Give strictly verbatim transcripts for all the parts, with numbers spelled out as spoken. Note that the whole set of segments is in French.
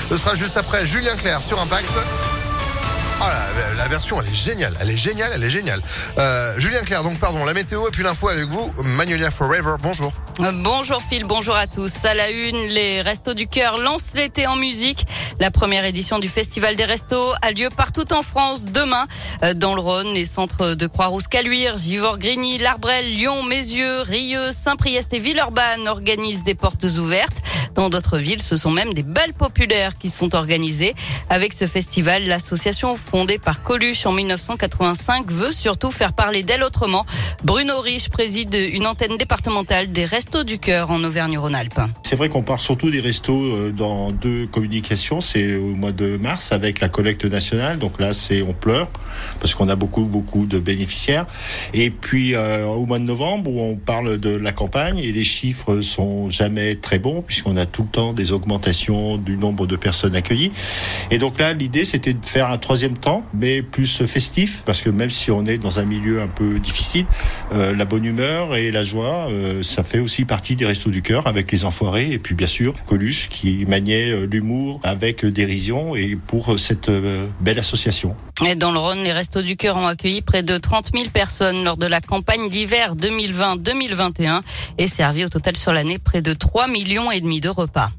Ce sera juste après Julien Clerc sur Impact. Ah, la, la version, elle est géniale, elle est géniale, elle est géniale. Euh, Julien Clerc, donc pardon, la météo et puis l'info avec vous, Magnolia Forever, bonjour. Bonjour Phil, bonjour à tous. À la une, les Restos du Cœur lancent l'été en musique. La première édition du Festival des Restos a lieu partout en France demain. Dans le Rhône, les centres de Croix-Rousse-Caluire, Givors-Grigny, L'Arbrelle, Lyon, Mézieux, Rieux, Saint-Priest et Villeurbanne organisent des portes ouvertes. Dans d'autres villes, ce sont même des bals populaires qui sont organisés. Avec ce festival, l'association fondée par Coluche en dix-neuf cent quatre-vingt-cinq veut surtout faire parler d'elle autrement. Bruno Riche préside une antenne départementale des Restos du Cœur en Auvergne-Rhône-Alpes. C'est vrai qu'on parle surtout des restos dans deux communications. C'est au mois de mars avec la collecte nationale. Donc là, c'est on pleure parce qu'on a beaucoup, beaucoup de bénéficiaires. Et puis euh, au mois de novembre où on parle de la campagne et les chiffres sont jamais très bons puisqu'on a tout le temps des augmentations du nombre de personnes accueillies. Et donc là, l'idée, c'était de faire un troisième temps, mais plus festif, parce que même si on est dans un milieu un peu difficile, euh, la bonne humeur et la joie, euh, ça fait aussi partie des Restos du Cœur avec les Enfoirés et puis bien sûr Coluche qui maniait euh, l'humour avec dérision et pour cette euh, belle association. Et dans le Rhône, les Restos du Cœur ont accueilli près de trente mille personnes lors de la campagne d'hiver deux mille vingt deux mille vingt et un et servi au total sur l'année près de trois millions et demi de repas.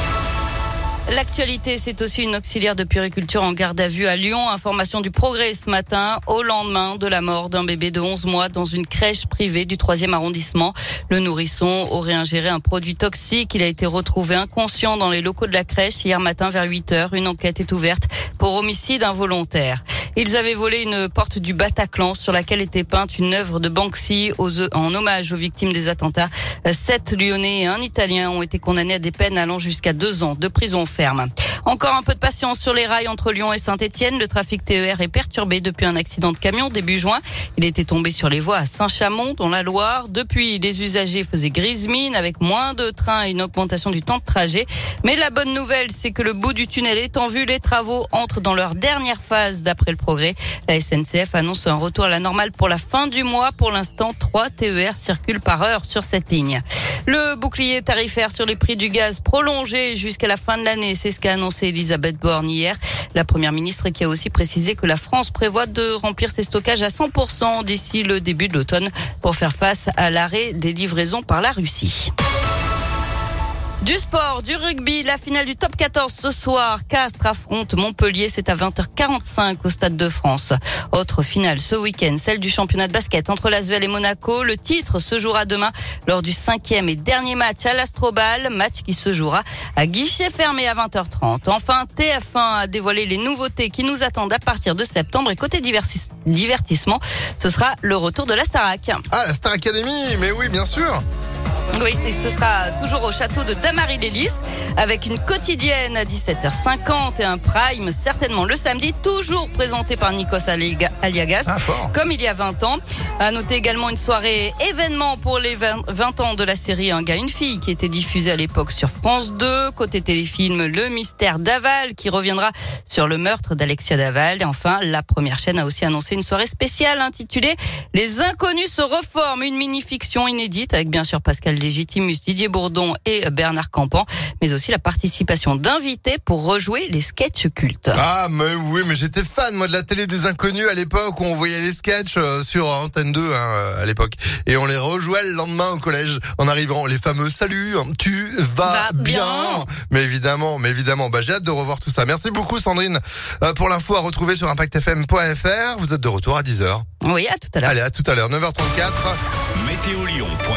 L'actualité, c'est aussi une auxiliaire de puériculture en garde à vue à Lyon. Information du Progrès ce matin, au lendemain de la mort d'un bébé de onze mois dans une crèche privée du troisième arrondissement. Le nourrisson aurait ingéré un produit toxique. Il a été retrouvé inconscient dans les locaux de la crèche hier matin vers huit heures. Une enquête est ouverte pour homicide involontaire. Ils avaient volé une porte du Bataclan sur laquelle était peinte une œuvre de Banksy aux, en hommage aux victimes des attentats. Sept Lyonnais et un Italien ont été condamnés à des peines allant jusqu'à deux ans de prison ferme. Encore un peu de patience sur les rails entre Lyon et Saint-Étienne. Le trafic T E R est perturbé depuis un accident de camion début juin. Il était tombé sur les voies à Saint-Chamond, dans la Loire. Depuis, les usagers faisaient grise mine avec moins de trains et une augmentation du temps de trajet. Mais la bonne nouvelle, c'est que le bout du tunnel est en vue. Les travaux entrent dans leur dernière phase d'après le Progrès. La S N C F annonce un retour à la normale pour la fin du mois. Pour l'instant, trois T E R circulent par heure sur cette ligne. Le bouclier tarifaire sur les prix du gaz prolongé jusqu'à la fin de l'année, c'est ce qu'a annoncé Elisabeth Borne hier. La première ministre qui a aussi précisé que la France prévoit de remplir ses stockages à cent pour cent d'ici le début de l'automne pour faire face à l'arrêt des livraisons par la Russie. Du sport, du rugby, la finale du top quatorze ce soir. Castres affronte Montpellier, c'est à vingt heures quarante-cinq au Stade de France. Autre finale ce week-end, celle du championnat de basket entre l'Asvel et Monaco. Le titre se jouera demain lors du cinquième et dernier match à l'Astrobal, match qui se jouera à guichet fermé à vingt heures trente. Enfin, T F un a dévoilé les nouveautés qui nous attendent à partir de septembre et côté divertis- divertissement, ce sera le retour de la Starac. Ah, la Star Academy, mais oui, bien sûr. Oui, et ce sera toujours au château de Damary-les-Lys avec une quotidienne à dix-sept heures cinquante et un prime certainement le samedi, toujours présenté par Nikos Aliagas, Ah, fort. comme il y a vingt ans. À noter également une soirée événement pour les vingt ans de la série Un gars, une fille qui était diffusée à l'époque sur France deux. Côté téléfilm, Le mystère d'Aval qui reviendra sur le meurtre d'Alexia Daval. Et enfin, la première chaîne a aussi annoncé une soirée spéciale intitulée Les Inconnus se reforment, une mini-fiction inédite avec bien sûr Pascal Légitimus, Didier Bourdon et Bernard Campan, mais aussi la participation d'invités pour rejouer les sketchs cultes. Ah, mais oui, mais j'étais fan, moi, de la télé des Inconnus à l'époque où on voyait les sketchs euh, sur Antenne deux, hein, à l'époque. Et on les rejouait le lendemain au collège en arrivant. Les fameux salut, tu vas Va bien. bien. Mais évidemment, mais évidemment, bah, j'ai hâte de revoir tout ça. Merci beaucoup, Sandrine, euh, pour l'info à retrouver sur impact f m point f r. Vous êtes de retour à dix heures. Oui, à tout à l'heure. Allez, à tout à l'heure, neuf heures trente-quatre. Météo Lyon.